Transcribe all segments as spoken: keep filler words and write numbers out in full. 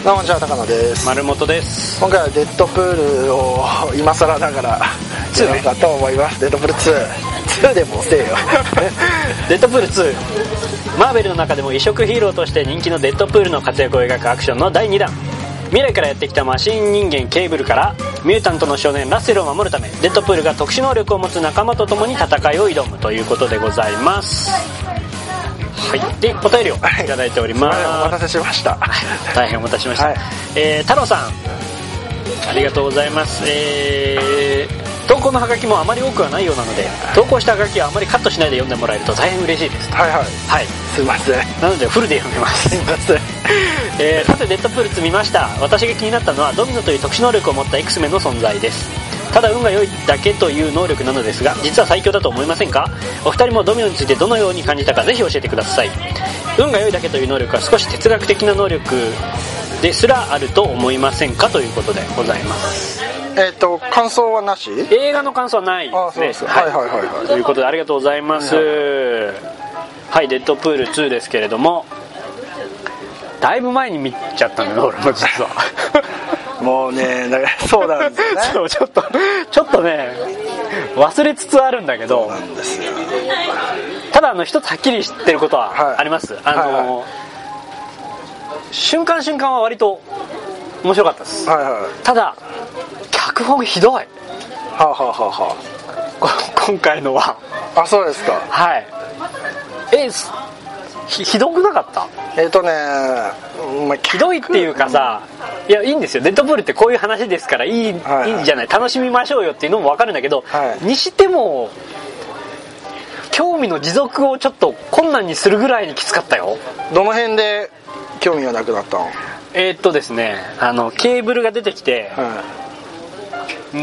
どうも、じゃあ高野です。 丸本です。 今回はデッドプールを今更ながらツーねやろうかと思います。デッドプールツー。ツーでもせえよ。 デッドプールツー。マーベルの中でも異色ヒーローとして人気のデッドプールの活躍を描くアクションのだいにだん。未来からやってきたマシン人間ケーブルからミュータントの少年ラッセルを守るため、デッドプールが特殊能力を持つ仲間と共に戦いを挑むということでございます。はい、でお便りをいただいております。 はい、お待たせしました。 大変お待たせしました。はい、えー、太郎さんありがとうございます。えー、投稿のハガキもあまり多くはないようなので、投稿したハガキはあまりカットしないで読んでもらえると大変嬉しいです。 はいはい、 はい、 すいません。 なのでフルで読みます。 すいません。 えー、さてデッドプールツー見ました。私が気になったのはドミノという特殊能力を持った X メンの存在です。ただ運が良いだけという能力なのですが、実は最強だと思いませんか？お二人もドミノについてどのように感じたかぜひ教えてください。運が良いだけという能力は少し哲学的な能力ですらあると思いませんか、ということでございます。 えっと感想はなし？ 映画の感想はないですね。 あ、そうです。はいはいはいはい。 ということでありがとうございます。はいはいはい、デッドプールツーですけれども、だいぶ前に見ちゃったんだよ俺も実は。 もうね、だからそうなんですよね。 そう、ちょっとちょっとね忘れつつあるんだけど、 そうなんですよ。 ただあの一つはっきり知ってることはあります。はい、あの、はいはい、瞬間瞬間は割と面白かったです。はいはい、ただ脚本ひどい。はあ、はあはあはあ、今回のは。 あ、そうですか。 はい。えひ, ひどくなかった？ えっ、ー、とね、 まあ、ひどいっていうかさ、いやいいんですよ。デッドプールってこういう話ですからいい、はいはい、いいんじゃない、楽しみましょうよっていうのも分かるんだけど、はい、にしても興味の持続をちょっと困難にするぐらいにきつかったよ。 どの辺で興味がなくなったの？ えー、っとですね、あのケーブルが出てきて、はい、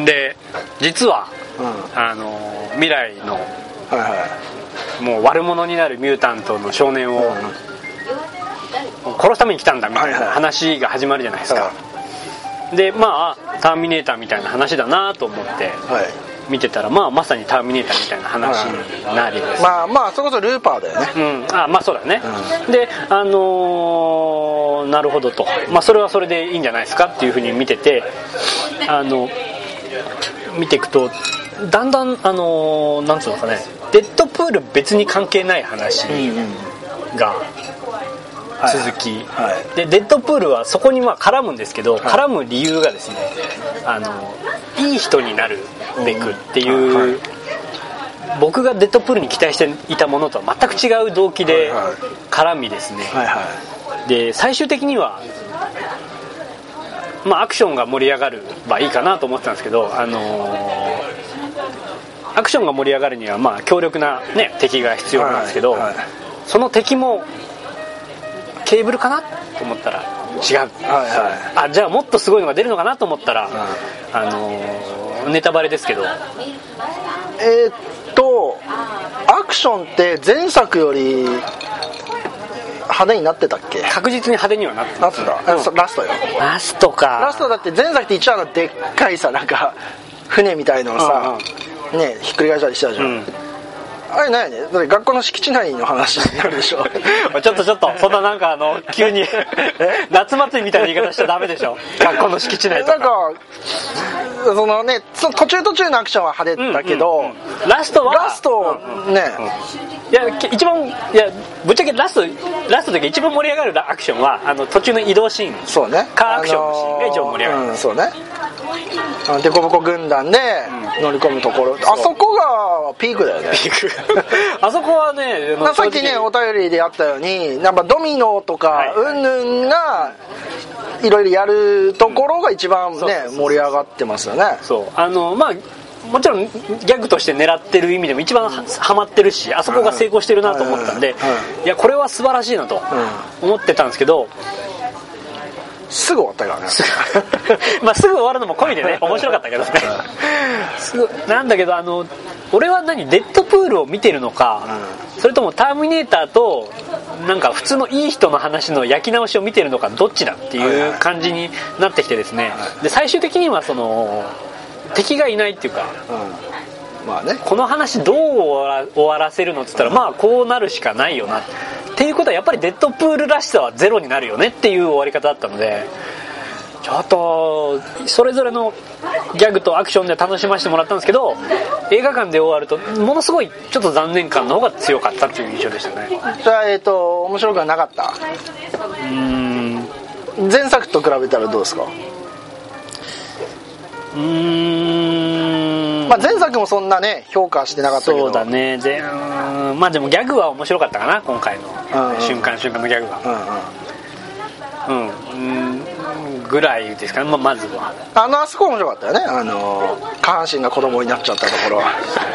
で実は、うん、あの未来の、はいはい、もう悪者になるミュータントの少年を、うん、殺すために来たんだみたいな話が始まるじゃないですか。はいはい、でまあターミネーターみたいな話だなと思って見てたら、まあまさにターミネーターみたいな話になりです、 はい、まあまあそれこそルーパーだよね。 うん、あまあそうだね。うん、であのー、なるほどと、まあそれはそれでいいんじゃないですかっていうふうに見てて、あの見ていくとだんだんあのー、なんつうのかね、デッドプール別に関係ない話が続き、はいはい、でデッドプールはそこにまあ絡むんですけど、はい、絡む理由がですね、あのいい人になるべくっていう、うんはい、僕がデッドプールに期待していたものとは全く違う動機で絡みですね、はいはい、で最終的にはまあアクションが盛り上がるばいいかなと思ってたんですけど、あのー、アクションが盛り上がるにはまあ強力な、ね、敵が必要なんですけど、はいはい、その敵もケーブルかなと思ったら違う、はいはい、あじゃあもっとすごいのが出るのかなと思ったら、はい、あのー、ネタバレですけど、 えー、っとアクションって前作より派手になってたっけ？ 確実に派手にはなってた。 なってた、うん、ラストよ。 ラストか。 ラストだって前作って一応あのでっかいさ、なんか船みたいのをさ、うんうん、ねひっくり返したりしたじゃん、うん、あれないね。だって学校の敷地内の話になるでしょ。 ちょっとちょっとそんななんかあの急に夏祭りみたいな言い方しちゃダメでしょ。学校の敷地内とか。なんかそのね、その途中途中のアクションは派手だけど、うんうんうん、 ラストはラストね、うんうん、 いや一番いやぶっちゃけラストラストだけ一番盛り上がるアクションはあの途中の移動シーン、 そうね、 カーアクションのシーンが一番盛り上がる、 うん、そうね。デコボコ軍団で乗り込むところ、うん、あそこがピークだよね。ピークあそこはね、 さっきねお便りであったように、なんかドミノとかうんぬんがいろいろやるところが一番ね盛り上がってますよね。 そう、あのまあもちろんギャグとして狙ってる意味でも一番ハマってるし、あそこが成功してるなと思ったんで、いやこれは素晴らしいなと思ってたんですけど、 すぐ終わったからね。 まあすぐ終わるのも込みでね面白かったけどね。すぐなんだけど、あの俺は何デッドプールを見てるのか、うん、それともターミネーターとなんか普通のいい人の話の焼き直しを見てるのかどっちだっていう感じになってきてですね、で最終的にはその敵がいないっていうか、 まあね、 この話どう終わらせるのって言ったら、まあこうなるしかないよなっていうことは、やっぱりデッドプールらしさはゼロになるよねっていう終わり方だったので、ちょっとそれぞれのギャグとアクションで楽しませてもらったんですけど、映画館で終わるとものすごいちょっと残念感の方が強かったっていう印象でしたね。 じゃあえっ、ー、と面白くはなかった？うーん、前作と比べたらどうですか？ うーん、 まあ、前作もそんなね評価してなかったけど。 そうだね、で、まあでもギャグは面白かったかな、今回の、うんうん、瞬間瞬間のギャグは、うんうん、うんうんぐらいですかね、まあ、まずはあのあそこ面白かったよね、あの下半身が子供になっちゃったところは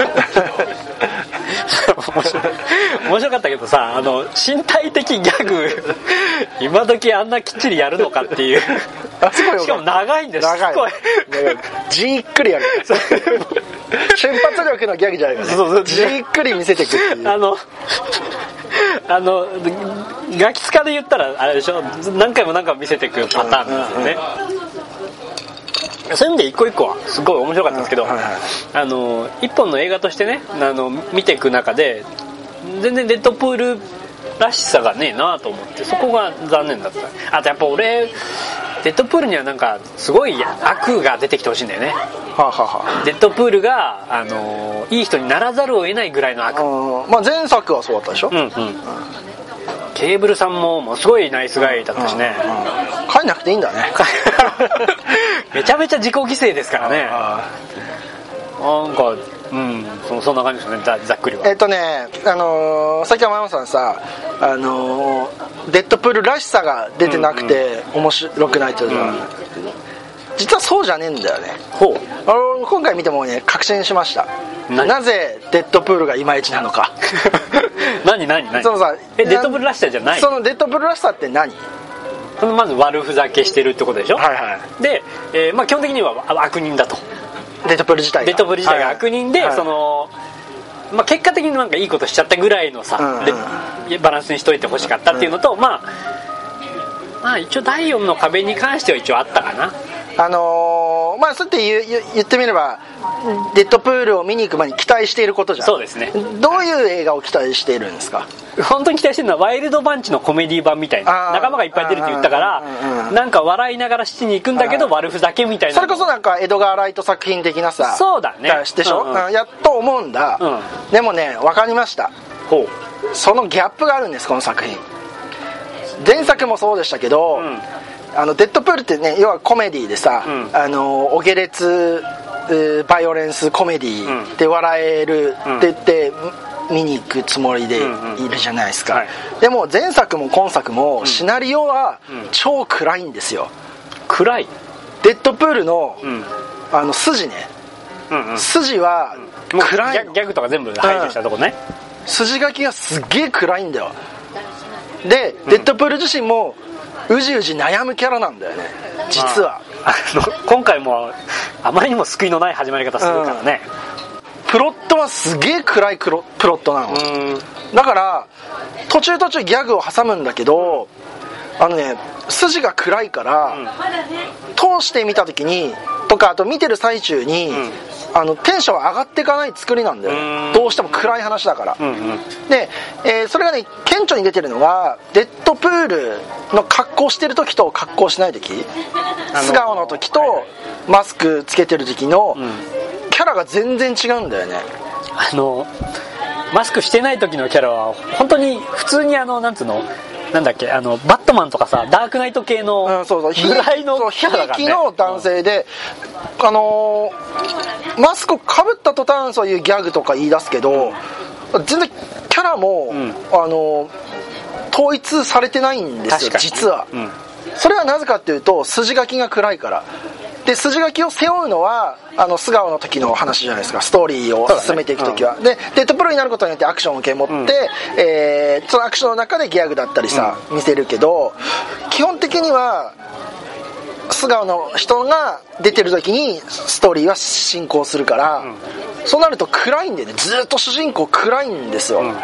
面白い面白かったけどさ、あの身体的ギャグ今時あんなきっちりやるのかっていうあそこよ、 しかも長いんです、 長い、じっくりやる瞬発力のギャグじゃないからね、そうそう、じっくり見せていくっていう、あのあのガキ使で言ったらあれでしょ、何回も何回も見せていくパターンですよね、うんうん、そういう意味で一個一個はすごい面白かったんですけど、うんはいはい、あの一本の映画としてね、あの見ていく中で全然デッドプールらしさがねえなと思って、そこが残念だった。あとやっぱ俺デッドプールにはなんかすごい悪が出てきてほしいんだよね、 はあはあ、 デッドプールが、あのいい人にならざるを得ないぐらいの悪、 まあ、前作はそうだったでしょ、うんうん、 ケーブルさんももうすごいナイスガイだったしね、 うんうん、帰んなくていいんだねめちゃめちゃ自己犠牲ですからね、なんかうん、そ, そんな感じですね、ざ, ざっくりは。 えっとね、あのー、さっきはママさんさ、あのー、デッドプールらしさが出てなくて面白くないって言うじゃん、うん、実はそうじゃねえんだよね。 ほう、 あの今回見てもね確信しました。なぜデッドプールがいまいちなのか何何何そのさ、 えデッドプールらしさじゃない、 そのデッドプールらしさって何？ そのまず悪ふざけしてるってことでしょ、 はいはい、 で、えーまあ、基本的には悪人だと、 デッドプール自体がデッドプール自体が悪人で、はいはい、そのまあ、結果的になんかいいことしちゃったぐらいのさ、うんうん、でバランスにしといてほしかったっていうのと、うん、まあ、まあ一応だいよんの壁に関しては一応あったかな。 あのー、まあそうやって言, 言ってみればデッドプールを見に行く前に期待していることじゃん。 そうですね。 どういう映画を期待しているんですか？ 本当に期待してるのはワイルドバンチのコメディ版みたいな、仲間がいっぱい出るって言ったから、なんか笑いながら七に行くんだけど悪ふざけみたいな、 それこそなんかエドガー・ライト作品的なさ、 そうだねでしょ、うんうん、やっと思うんだ、うん、でもね分かりました。ほう、そのギャップがあるんですこの作品。前作もそうでしたけど、うん、あのデッドプールってね要はコメディでさ、うん、あのお下劣バイオレンスコメディで笑えるって言って、うん、見に行くつもりでいるじゃないですか、うんうんはい、でも前作も今作もシナリオは超暗いんですよ。 暗い？ デッドプールの、うん、あの筋ね、うんうん、筋は暗いの、 うん、ギャグとか全部排除したとこね、 うん、筋書きがすっげえ暗いんだよ。で、うん、デッドプール自身もうじうじ悩むキャラなんだよね実は。 あの今回もあまりにも救いのない始まり方するからね、 うん、プロットはすげえ暗いプロットなの。うんだから途中途中ギャグを挟むんだけど、あのね筋が暗いから、うん、通して見た時にとかあと見てる最中に、うん、あのテンション上がっていかない作りなんだよ、ね、どうしても暗い話だから、うんうん、で、えー、それがね顕著に出てるのがデッドプールの格好してる時と格好しない時、素顔の時とマスクつけてる時のキャラが全然違うんだよね。 あのマスクしてない時のキャラは本当に普通にあのなんつうのなんだっけあのバットマンとかさダークナイト系のぐらいのキャラだからね、悲劇の男性で、うん、あのー、マスクかぶった途端そういうギャグとか言い出すけど、うん、全然キャラも、うん、あのー、統一されてないんですよ実は、うん、それはなぜかっていうと筋書きが暗いから。で筋書きを背負うのはあの素顔の時の話じゃないですか、ストーリーを進めていく時は、ねうん、でデッドプールになることによってアクションを受け持って、うんえー、そのアクションの中でギャグだったりさ、うん、見せるけど基本的には素顔の人が出てる時にストーリーは進行するから、うん、そうなると暗いんでね、ずっと主人公暗いんですよ、うんうん、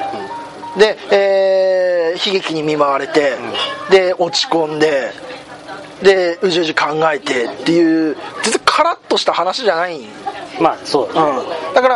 で、えー、悲劇に見舞われて、うん、で落ち込んででうじうじ考えてっていう全然カラッとした話じゃない。 まあそうだね、 うん、だから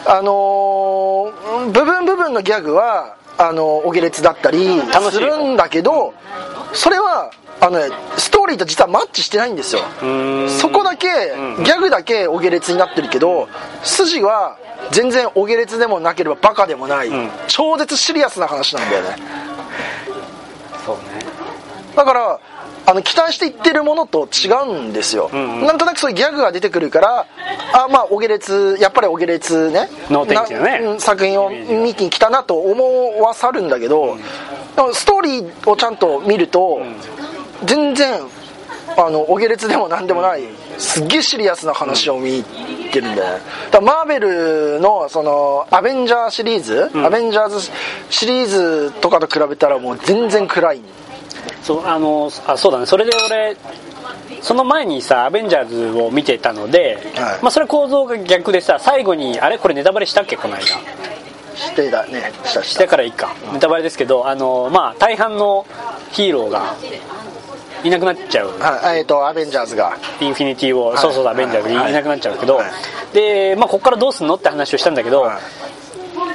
あのー、部分部分のギャグはあのお下劣だったりするんだけど、それはあの、ね、ストーリーと実はマッチしてないんですよ。そこだけ、うん、ギャグだけお下劣になってるけど、筋は全然お下劣でもなければバカでもない、うん、超絶シリアスな話なんだよね。 そうね。 だからあの期待していってるものと違うんですよ、うんうん、なんとなくそういうギャグが出てくるから、あ、まあお下劣、やっぱりお下劣ね能天気だね作品を見に来たなと思わさるんだけど、うん、でもストーリーをちゃんと見ると、うん、全然あのお下劣でもなんでもない、すっげえシリアスな話を見てるんで、だからマーベルのそのアベンジャーシリーズ、うん、アベンジャーズシリーズとかと比べたらもう全然暗い。 そうあのあそうだね。それで俺その前にさアベンジャーズを見てたので、はい、まあそれ構造が逆でさ、最後にあれこれネタバレしたっけこの間。 してだね。したしたからいいか、ネタバレですけど、あのまあ大半のヒーローがいなくなっちゃう、 はい、えーとアベンジャーズがインフィニティを、はい、そうそうアベンジャーズがいなくなっちゃうけど、 はい、 でまあここからどうすんのって話をしたんだけど、はい、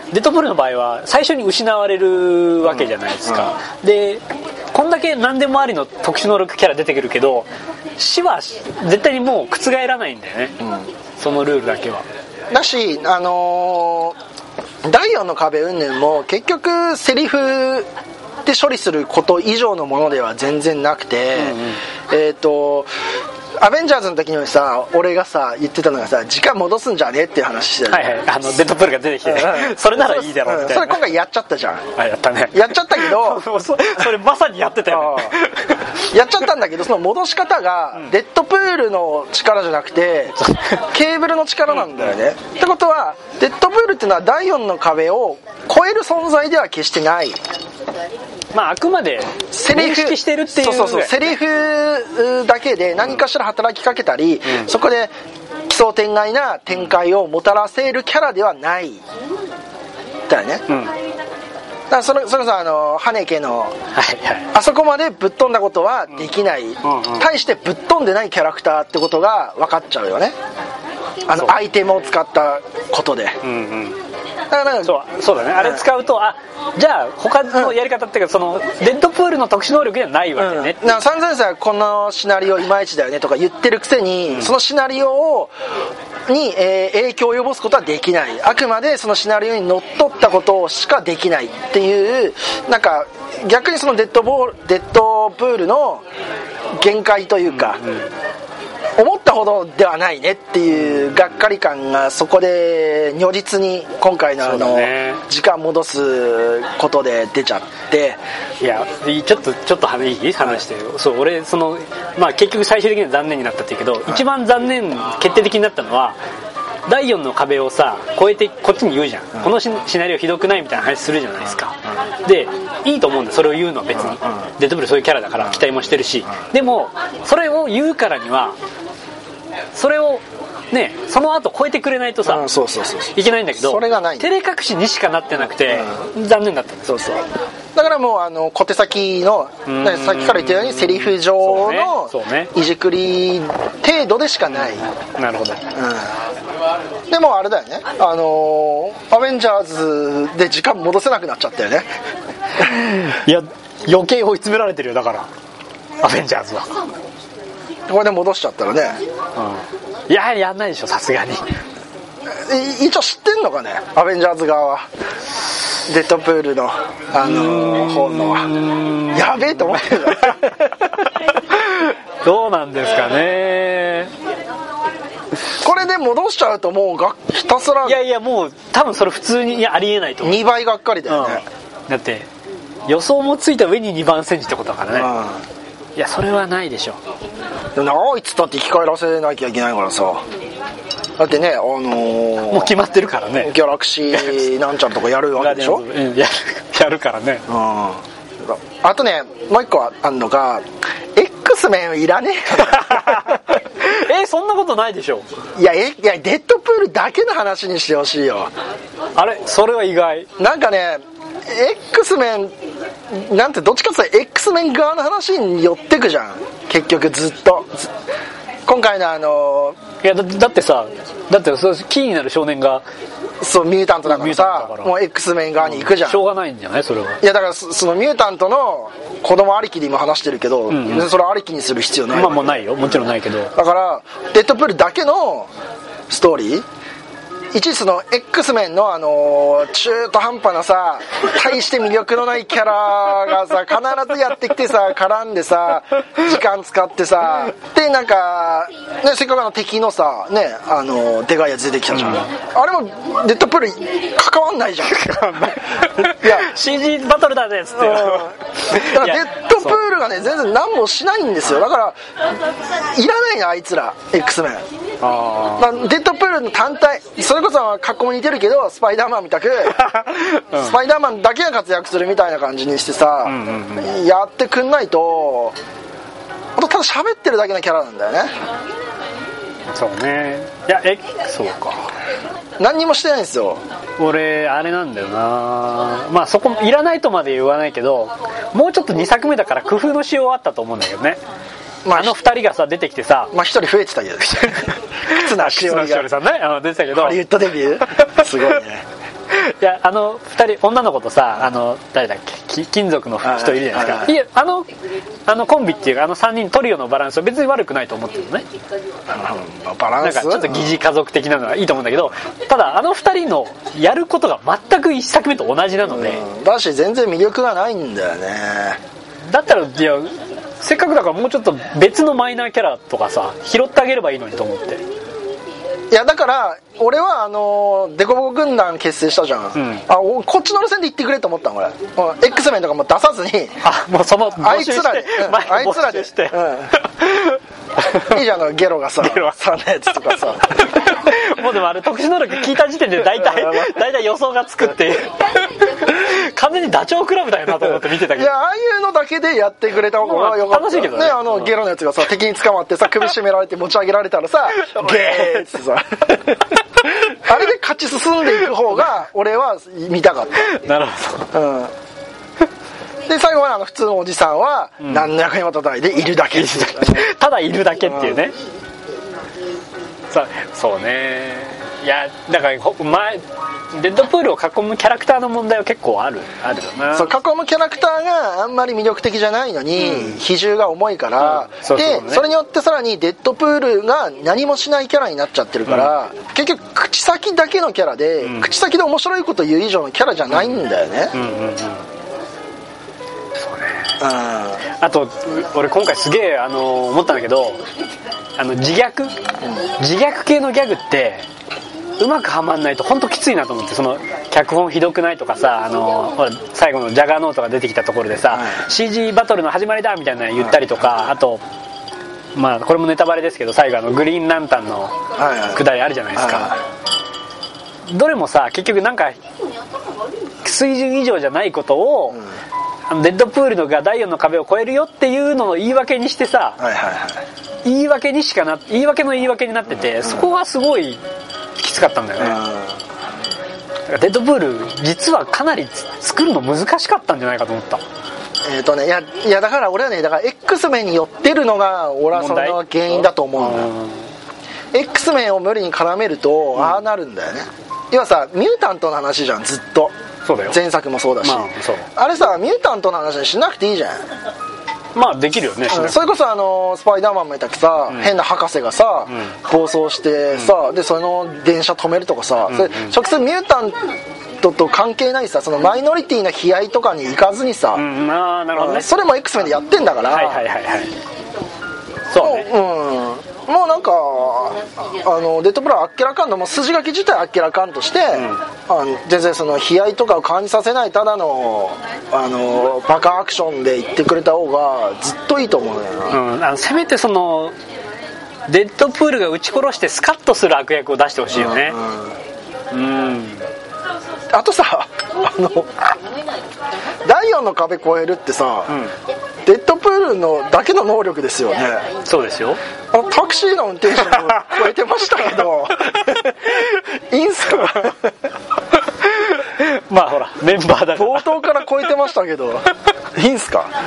デッドプールの場合は最初に失われるわけじゃないですか、うんうん、でこんだけ何でもありの特殊能力キャラ出てくるけど死は絶対にもう覆らないんだよね、うん、そのルールだけは。 だしあのー、だいよんの壁云々も結局セリフで処理すること以上のものでは全然なくて、うんうん、えっとアベンジャーズの時にさ俺がさ言ってたのがさ、時間戻すんじゃねっていう話してた、 はいはい、あのデッドプールが出てきて、ね、それならいいだろうみたいな、 それ今回やっちゃったじゃん。 あやったねやっちゃったけどそ, それまさにやってたよ、ね、 やっちゃったんだけど、その戻し方がデッドプールの力じゃなくてケーブルの力なんだよね、うん、ってことはデッドプールっていうのはだいよんの壁を超える存在では決してない。 まあ、あくまで認識してるっていう、 そうそうそう、セリフだけで何かしら働きかけたり、うん、そこで奇想天外な展開をもたらせるキャラではないだよね、うん、だからそれそれこそあのハネケの、はいはい、あそこまでぶっ飛んだことはできない、うんうんうん、対してぶっ飛んでないキャラクターってことが分かっちゃうよね、あのアイテムを使ったことで、うんうん、だからそうそうだね、あれ使うと、あじゃあ他のやり方っていうか、そのデッドプールの特殊能力ではないわけね、 うん、な三前世はこのシナリオいまいちだよねとか言ってるくせに、うん、そのシナリオをに、えー、影響を及ぼすことはできない、あくまでそのシナリオにのっとったことしかできないっていう、なんか逆にそのデッドボールデッドプールの限界というか、うんうん、思ったほどではないねっていうがっかり感がそこで如実に今回のあの時間戻すことで出ちゃって、 いやちょっとちょっと話いい話して、はい、そう俺そのまあ結局最終的には残念になったって言うけど、はい、一番残念決定的になったのはだいよんの壁をさ超えてこっちに言うじゃん、うん、このシナリオひどくないみたいな話するじゃないですか、うん、でいいと思うんだそれを言うのは別に、うん、デッドブルそういうキャラだから期待もしてるし、うん、でもそれを言うからにはそれをねその後超えてくれないとさ、うん、そうそうそうそういけないんだけど、それがない照れ隠しにしかなってなくて、うん、残念だったんです。 そうそう、だからもうあの小手先のさっきから言ったようにセリフ上のいじくり程度でしかない、 うん、なるほど、 うん、でもあれだよね、あのアベンジャーズで時間戻せなくなっちゃったよねいや余計追い詰められてるよ、だからアベンジャーズはこれで戻しちゃったらね、 うん、いややんないでしょさすがに。 一応知ってんのかねアベンジャーズ側はデッドプールのあのー、方のはやべえと思ってるどうなんですかね。 これで戻しちゃうともうがひたすら、 いやいやもう多分それ普通にありえないと思う。 にばいがっかりだよね、 うん、だって予想もついた上ににばん戦時ってことだからね、うん、いやそれはないでしょ。 でもあいつだって生き返らせなきゃいけないからさ、だってね、あのー、 もう決まってるからね、 ギャラクシーなんちゃらとかやるわけでしょやる, やるからね、 うん、あとねもう一個あるのが X メンいらねええそんなことないでしょ。 いやえいやデッドプールだけの話にしてほしいよ。 あれそれは意外。 なんかね X メンなんてどっちかっていうと X メン側の話に寄ってくじゃん結局ずっと。今回のあのいや だ, だってさだってそうキーになる少年がそうミュータントだからさ、もう X メン側に行くじゃん、 しょうがないんじゃないそれは。 いやだからそのミュータントの子供ありきで今話してるけど、うんうん、それありきにする必要ない、 まあもうないよ、もちろんないけど、 だからデッドプールだけのストーリー、一その X メンのあのー、中途半端なさ大して魅力のないキャラがさ必ずやってきてさ絡んでさ時間使ってさでなんか、ね、せっかくあの敵のさねあのー、でかいやつ出てきたじゃん、うん、あれもデッドプール関わんないじゃんいや シージー バトルだねっつって、うん、だからデッドプールがね全然何もしないんですよ。だからいらないなあいつら X メン。あデッドプールの単体、それこそ格好も似てるけどスパイダーマンみたく、うん、スパイダーマンだけが活躍するみたいな感じにしてさ、うんうんうん、やってくんないとあとただ喋ってるだけのキャラなんだよね。 そうね。いやえそうか何にもしてないんですよ俺。あれなんだよな、まあそこいらないとまで言わないけど、もうちょっとにさくめだから工夫のしようあったと思うんだけどね。まあ、あのふたりがさ出てきてさ、 まあひとり増えてたけど忽那しおりさんね、あの出てたけどハリウッドデビューすごいねいやあのふたり女の子とさ、あの誰だっけ金属の人いるじゃないですか。いやあのあのコンビっていうかあのさんにんトリオのバランスは別に悪くないと思ってるのね。 バランスなんかちょっと疑似家族的なのはいいと思うんだけど、ただあのふたりのやることが全くいっさくめと同じなので、 うん、だし全然魅力がないんだよね。 だったらいやせっかくだからもうちょっと別のマイナーキャラとかさ拾ってあげればいいのにと思って。 いやだから俺はあのデコボコ軍団結成したじゃん、うん、あこっちの路線で行ってくれと思ったの俺、うん、X メンとかも出さずにあもうそのあいつらで、うん、あいつらでして、うん、いいじゃんゲロがさゲロさんのやつとかさもうでもあれ特殊能力聞いた時点で大体大体予想がつくっていう完全にダチョウ倶楽部だよなと思って見てたけど、 いやああいうのだけでやってくれた方がよかった。 楽しいけどね。 ねあのゲロのやつがさ敵に捕まってさ首絞められて持ち上げられたらさゲーってさあれで勝ち進んでいく方が俺は見たかった。 なるほど。うん。 で最後はあの普通のおじさんは何の役にも立たないでいるだけ、うん、 ただいるだけっていうね。うん、さそうね。いやだから前デッドプールを囲むキャラクターの問題は結構あるあるよな。 そう囲むキャラクターがあんまり魅力的じゃないのに、うん、比重が重いから、うん、そうそうね、でそれによってさらにデッドプールが何もしないキャラになっちゃってるから、うん、結局口先だけのキャラで、うん、口先で面白いこと言う以上のキャラじゃないんだよね。うんうんうんうん、そうね。 うん、あと俺今回すげえあの思ったんだけど、あの自虐、うん、自虐系のギャグってうまくはまんないと本当きついなと思って。その脚本ひどくないとかさ、あのほら最後のジャガーノートが出てきたところでさ、はい、シージー バトルの始まりだみたいなの言ったりとか、はい、あとまあこれもネタバレですけど最後あのグリーンランタンのくだりあるじゃないですか、はいはい、どれもさ結局なんか水準以上じゃないことを、うん、デッドプールのがだいよんの壁を越えるよっていうのを言い訳にしてさ、はいはいはい、言い訳にしかな言い訳の言い訳になってて、うん、そこはすごいきつかったんだよね。デッドプール実はかなり作るの難しかったんじゃないかと思った。 えーとね、いや、いやだから俺はねだから X メンに寄ってるのが俺はその原因だと思うんだよ。 X メンを無理に絡めると、うん、ああなるんだよね。要はさミュータントの話じゃんずっと。そうだよ、前作もそうだし、まあ、そうあれさミュータントの話にしなくていいじゃん。 まあできるよね、 うん、それこそあのスパイダーマンもいたけどさ、うん、変な博士がさ、うん、暴走してさ、うん、でその電車止めるとかさ、うん、それ直接ミュータントと関係ないさそのマイノリティな悲哀とかに行かずにさ、うん、あなるほどね、それも X メンでやってんだから、はいはいはいはい、そうね、うんもうなんかあのデッドプールはあっけらかんのもう筋書き自体あっけらかんとして、うん、あの全然その悲哀とかを感じさせないただのあのバカアクションで言ってくれた方がずっといいと思うよな、 うん、あのせめてそのデッドプールが撃ち殺してスカッとする悪役を出してほしいよね。うん、うんうん、 あとさあのだいよんの壁越えるってさ、うん、デッドプールのだけの能力ですよね。 そうですよ。 あのタクシーの運転手も超えてましたけどいいんすかまあほらメンバーだから冒頭から超えてましたけどいいんすか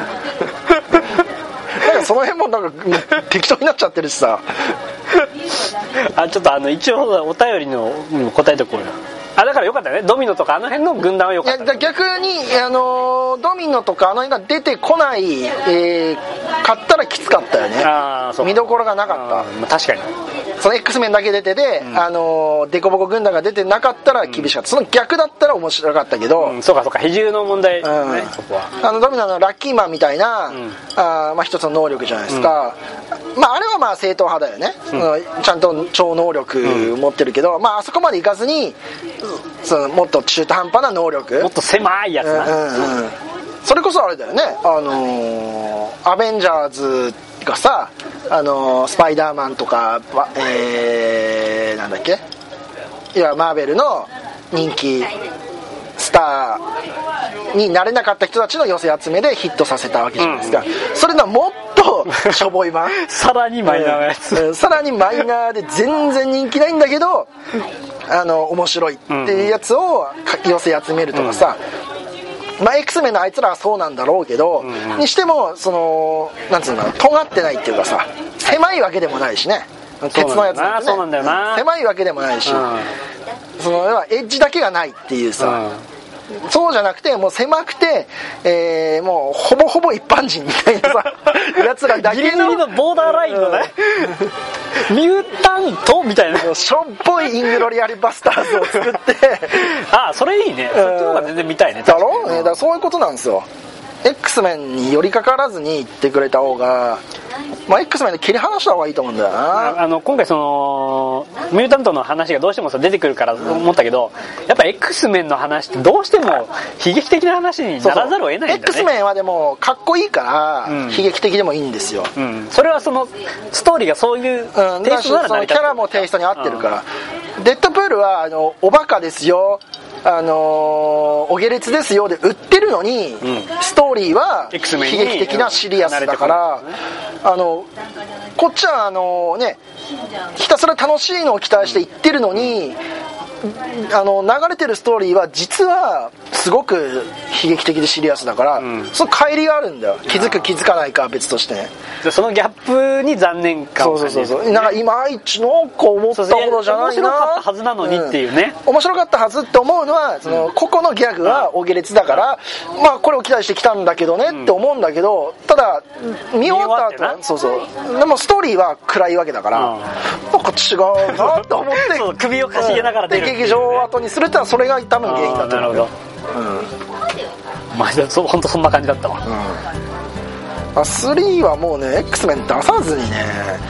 なんかその辺もなんか適当になっちゃってるしさあちょっとあの一応お便りの答えとこうよ。 あだからよかったね、ドミノとかあの辺の軍団はよかった、ね、 いや逆に、あのー、ドミノとかあの辺が出てこない、えー、買ったらきつかったよね。 あそう見どころがなかった。 確かにその X メンだけ出てて、うん、あのー、デコボコ軍団が出てなかったら厳しかった、うん、その逆だったら面白かったけど、 うん、そうかそうか、比重の問題、ね、うん、そこはあのドミノのラッキーマンみたいな、うん、あまあ、一つの能力じゃないですか、うん、まあ、あれはまあ正統派だよね、うん、ちゃんと超能力持ってるけど、うん、まあ、あそこまでいかずにそのもっと中途半端な能力、 もっと狭いやつな、うんうんうん、 それこそあれだよね、あのー、アベンジャーズがさ、あのー、スパイダーマンとか、えー、なんだっけ、いやマーベルの人気スターになれなかった人たちの寄せ集めでヒットさせたわけじゃないですか、うん、それのもっとしょぼい版さらにマイナーなやつ、 うん、さらにマイナーで全然人気ないんだけどあの面白いっていうやつを寄せ集めるとかさ、うん、まあ X メンのあいつらはそうなんだろうけど、うん、にしてもそのなんつうの尖ってないっていうかさ、狭いわけでもないしね、鉄のやつなんてね、 そうなんだよな、 狭いわけでもないし、うん、その要はエッジだけがないっていうさ、うん、そうじゃなくてもう狭くて、えー、もうほぼほぼ一般人みたいなさやつらだけのギリギリのボーダーラインのね、うん、ミュータントみたいなしょっぽいイングロリアルバスターズを作ってああそれいいね、そっちの方が全然見たいね、 だろ、うん、だからそういうことなんですよ。 X メンに寄りかからずに言ってくれた方が、まあ、X メンで切り離した方がいいと思うんだよな。 あの今回そのミュータントの話がどうしてもさ出てくるから思ったけど、やっぱ X メンの話ってどうしても悲劇的な話にならざるを得ないんだね。 X メンはでもかっこいいから、うん、悲劇的でもいいんですよ、 うん、それはそのストーリーがそういうテイストなら成り立ってる、 キャラもテイストに合ってるから、うん、デッドプールはあのおバカですよ、あのー、お下劣ですよで売ってるのに、うん、ストーリーは悲劇的なシリアスだから、あのこっちはあのねひたすら楽しいのを期待して言ってるのに、あの流れてるストーリーは実はすごく悲劇的でシリアスだから、うん、その乖離があるんだよ。気づく気づかないかは別としてね。 そのギャップに残念感を感じる。 そうそうそうそう、なんかいまいちなんか思ったほどじゃないな、面白かったはずなのにっていうね、 うん、面白かったはずって思うのはその、うん、個々のギャグはお下劣だから、うん、まあこれを期待してきたんだけどねって思うんだけど、ただ見終わった後、そうそうでもストーリーは暗いわけだから、うん、なんか違うなと思ってそう首をかしげながら出る、 で劇場を後にするってのはそれが多分原因だと思う。なるほど、 うん、まあ本当そんな感じだったわ、 うん、スリーはもうね X メン出さずにね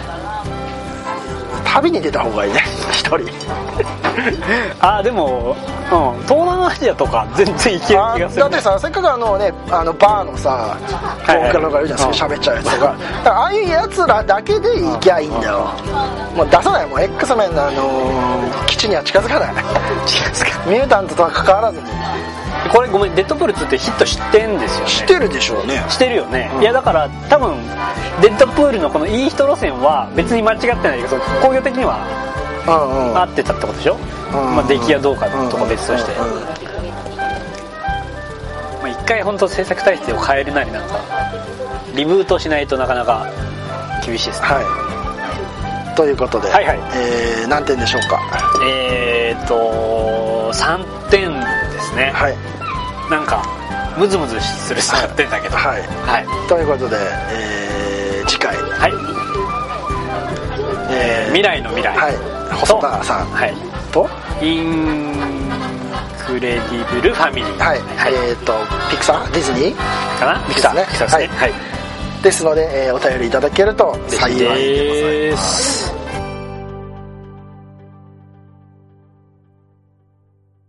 旅に出た方がいいね一人あでも、うん、東南アジアとか全然いける気がする、ね、 だってさせっかくあのねあのバーのさボーカルがいるじゃないですか、喋っちゃうやつとか、だからああいうやつらだけでいきゃいいんだよ。もう出さない、もう X メンのあのー、基地には近づかない近づかミュータントとは関わらずに。 これごめん、デッドプールツーってヒットしてんですよね。 してるでしょうね。 してるよね、うん、いやだから多分デッドプールのこのいい人路線は別に間違ってないけど工業的には合ってたってことでしょ、うんうん、まあ、出来はどうかとか別として、うんうんうん、まあ、一回本当制作体制を変えるなりなんかリブートしないとなかなか厳しいですね。 はい、ということで、 はいはい、 えー、何点でしょうか。 えーとさんてんですね。はい、なんかムズムズするさんてんだけど、はい、はい、 ということで、えー、次回、はい、 えー、未来の未来、 はい、細田さん、はい、とインクレディブルファミリー、 はい、はい、えーとピクサーディズニーかな、ピクサーね、ピクサーですね、はい、 はい、ですので、えー、お便りいただけると幸いでございます。